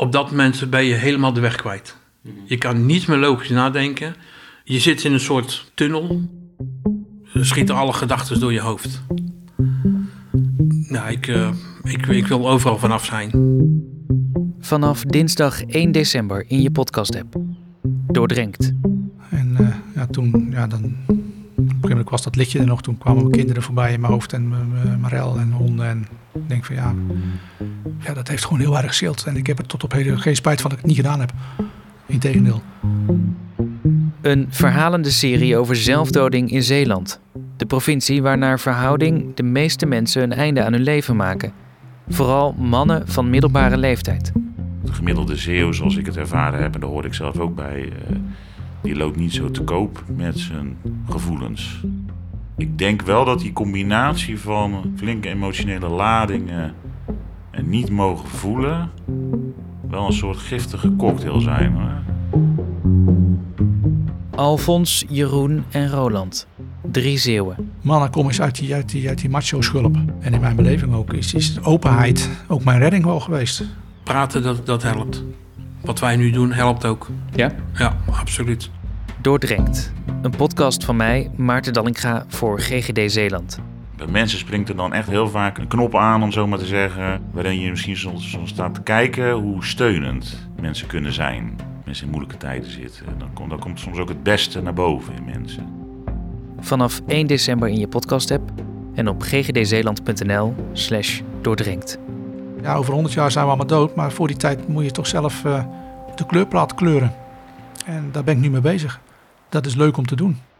Op dat moment ben je helemaal de weg kwijt. Je kan niet meer logisch nadenken. Je zit in een soort tunnel. Er schieten alle gedachten door je hoofd. Nou, ik wil overal vanaf zijn. Vanaf dinsdag 1 december in je podcast-app. Doordrenkt. En toen, op een gegeven moment was dat liedje er nog. Toen kwamen mijn kinderen voorbij in mijn hoofd en Marel en honden. En ik denk van ja, dat heeft gewoon heel erg gescheeld. En ik heb er tot op heden geen spijt van dat ik het niet gedaan heb. Integendeel. Een verhalende serie over zelfdoding in Zeeland. De provincie waar naar verhouding de meeste mensen een einde aan hun leven maken. Vooral mannen van middelbare leeftijd. De gemiddelde Zeeuw, zoals ik het ervaren heb, en daar hoor ik zelf ook bij, die loopt niet zo te koop met zijn gevoelens. Ik denk wel dat die combinatie van flinke emotionele ladingen en niet mogen voelen wel een soort giftige cocktail zijn, hoor. Alfons, Jeroen en Roland. 3 Zeeuwen. Mannen, kom eens uit die macho-schulp. En in mijn beleving ook is openheid ook mijn redding wel geweest. Praten, dat helpt. Wat wij nu doen, helpt ook. Ja? Ja, absoluut. Doordrenkt. Een podcast van mij, Maarten Dallinga, voor GGD Zeeland. Bij mensen springt er dan echt heel vaak een knop aan, om zo maar te zeggen, waarin je misschien soms staat te kijken hoe steunend mensen kunnen zijn. Mensen in moeilijke tijden zitten. Dan komt soms ook het beste naar boven in mensen. Vanaf 1 december in je podcast-app en op ggdzeeland.nl/doordrenkt. Ja, over 100 jaar zijn we allemaal dood, maar voor die tijd moet je toch zelf de kleurplaat kleuren. En daar ben ik nu mee bezig. Dat is leuk om te doen.